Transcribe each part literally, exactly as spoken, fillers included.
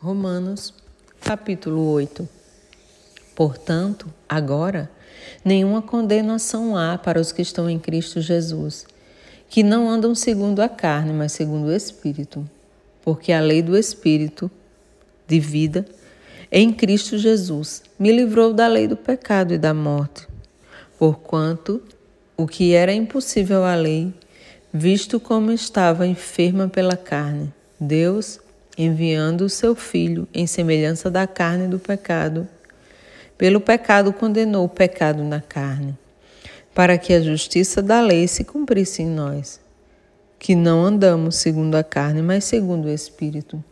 Romanos, capítulo oito. Portanto, agora, nenhuma condenação há para os que estão em Cristo Jesus, que não andam segundo a carne, mas segundo o Espírito. Porque a lei do Espírito de vida em Cristo Jesus me livrou da lei do pecado e da morte. Porquanto o que era impossível à lei, visto como estava enferma pela carne, Deus, enviando o seu Filho em semelhança da carne do pecado, pelo pecado condenou o pecado na carne, para que a justiça da lei se cumprisse em nós, que não andamos segundo a carne, mas segundo o Espírito.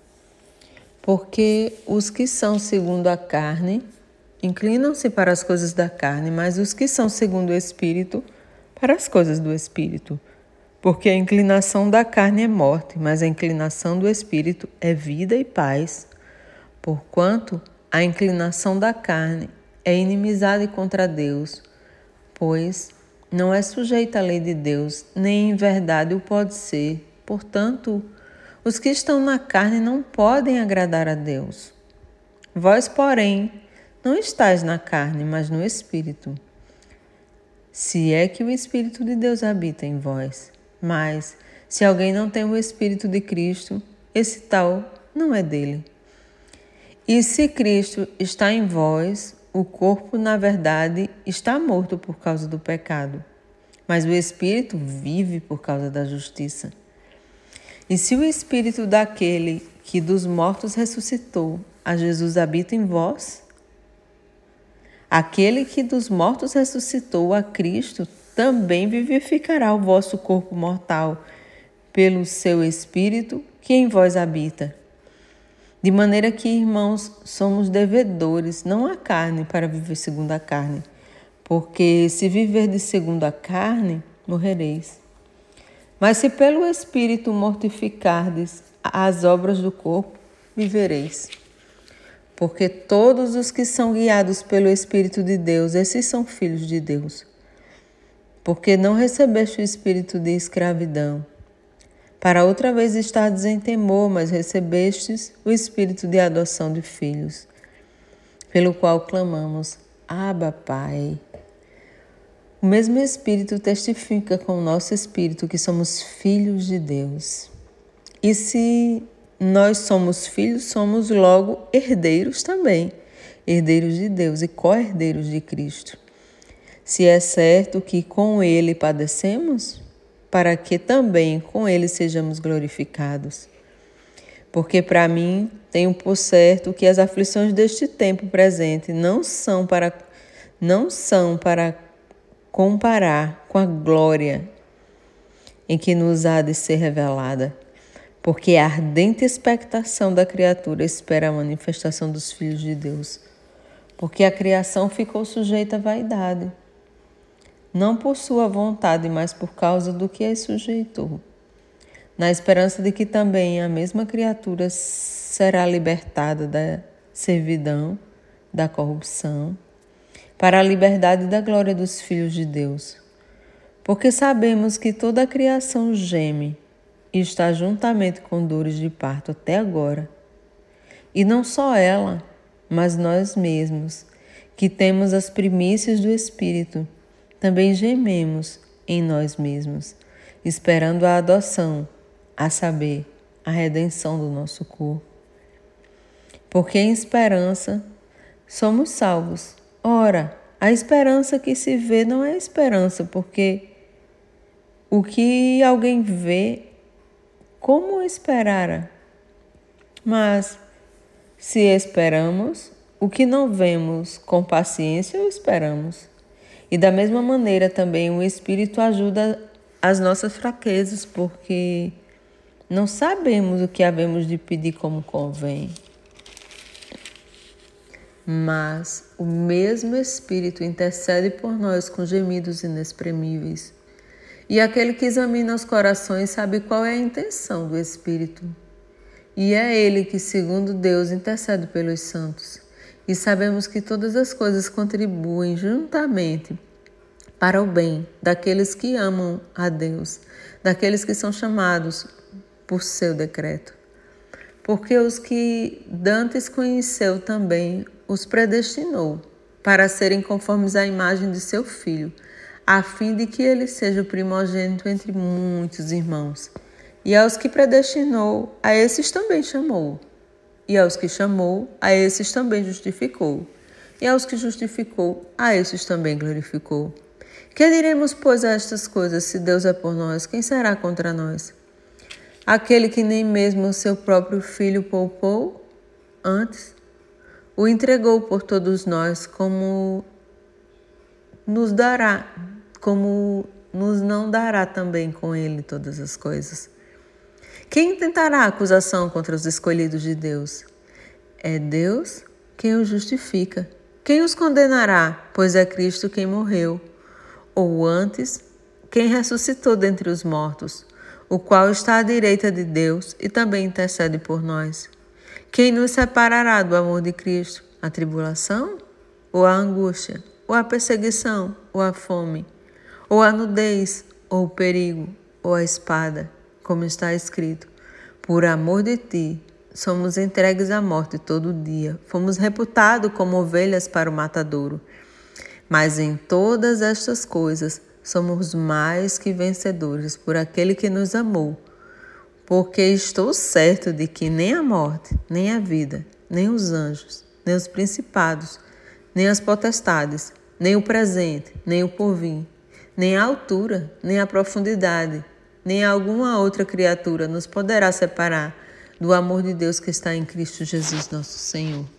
Porque os que são segundo a carne inclinam-se para as coisas da carne, mas os que são segundo o Espírito, para as coisas do Espírito. Porque a inclinação da carne é morte, mas a inclinação do Espírito é vida e paz. Porquanto a inclinação da carne é inimizade contra Deus, pois não é sujeita à lei de Deus, nem em verdade o pode ser. Portanto, os que estão na carne não podem agradar a Deus. Vós, porém, não estáis na carne, mas no Espírito, se é que o Espírito de Deus habita em vós. Mas, se alguém não tem o Espírito de Cristo, esse tal não é dele. E se Cristo está em vós, o corpo, na verdade, está morto por causa do pecado, mas o Espírito vive por causa da justiça. E se o Espírito daquele que dos mortos ressuscitou a Jesus habita em vós, aquele que dos mortos ressuscitou a Cristo também vivificará o vosso corpo mortal pelo seu Espírito que em vós habita. De maneira que, irmãos, somos devedores, não à carne, para viver segundo a carne. Porque se viverdes segundo a carne, morrereis. Mas se pelo Espírito mortificardes as obras do corpo, vivereis. Porque todos os que são guiados pelo Espírito de Deus, esses são filhos de Deus. Porque não recebeste o espírito de escravidão, para outra vez estardes em temor, mas recebestes o espírito de adoção de filhos, pelo qual clamamos, Abba, Pai. O mesmo Espírito testifica com o nosso espírito que somos filhos de Deus. E se nós somos filhos, somos logo herdeiros também, herdeiros de Deus e co-herdeiros de Cristo. Se é certo que com ele padecemos, para que também com ele sejamos glorificados. Porque para mim tenho por certo que as aflições deste tempo presente não são para, não são para comparar com a glória em que nos há de ser revelada. Porque a ardente expectação da criatura espera a manifestação dos filhos de Deus. Porque a criação ficou sujeita à vaidade, não por sua vontade, mas por causa do que a sujeitou, na esperança de que também a mesma criatura será libertada da servidão, da corrupção, para a liberdade da glória dos filhos de Deus. Porque sabemos que toda a criação geme e está juntamente com dores de parto até agora. E não só ela, mas nós mesmos, que temos as primícias do Espírito, também gememos em nós mesmos, esperando a adoção, a saber, a redenção do nosso corpo. Porque em esperança somos salvos. Ora, a esperança que se vê não é esperança, porque o que alguém vê, como esperara? Mas, se esperamos, o que não vemos com paciência, o esperamos. E da mesma maneira também o Espírito ajuda as nossas fraquezas, porque não sabemos o que havemos de pedir como convém. Mas o mesmo Espírito intercede por nós com gemidos inexprimíveis. E aquele que examina os corações sabe qual é a intenção do Espírito. E é Ele que, segundo Deus, intercede pelos santos. E sabemos que todas as coisas contribuem juntamente para o bem daqueles que amam a Deus, daqueles que são chamados por seu decreto. porque os que dantes conheceu também os predestinou para serem conformes à imagem de seu Filho, a fim de que ele seja o primogênito entre muitos irmãos. E aos que predestinou, a esses também chamou. E aos que chamou, a esses também justificou. E aos que justificou, a esses também glorificou. Que diremos, pois, a estas coisas? Se Deus é por nós, quem será contra nós? Aquele que nem mesmo o seu próprio Filho poupou, antes o entregou por todos nós, como nos dará, como nos não dará também com ele todas as coisas. Quem tentará acusação contra os escolhidos de Deus? É Deus quem os justifica. Quem os condenará? Pois é Cristo quem morreu, ou antes, quem ressuscitou dentre os mortos, o qual está à direita de Deus e também intercede por nós. Quem nos separará do amor de Cristo? A tribulação? Ou a angústia? Ou a perseguição? Ou a fome? Ou a nudez? Ou o perigo? Ou a espada? Como está escrito: por amor de ti, somos entregues à morte todo dia, fomos reputados como ovelhas para o matadouro. Mas em todas estas coisas somos mais que vencedores por aquele que nos amou. Porque estou certo de que nem a morte, nem a vida, nem os anjos, nem os principados, nem as potestades, nem o presente, nem o porvir, nem a altura, nem a profundidade, nem alguma outra criatura nos poderá separar do amor de Deus que está em Cristo Jesus, nosso Senhor.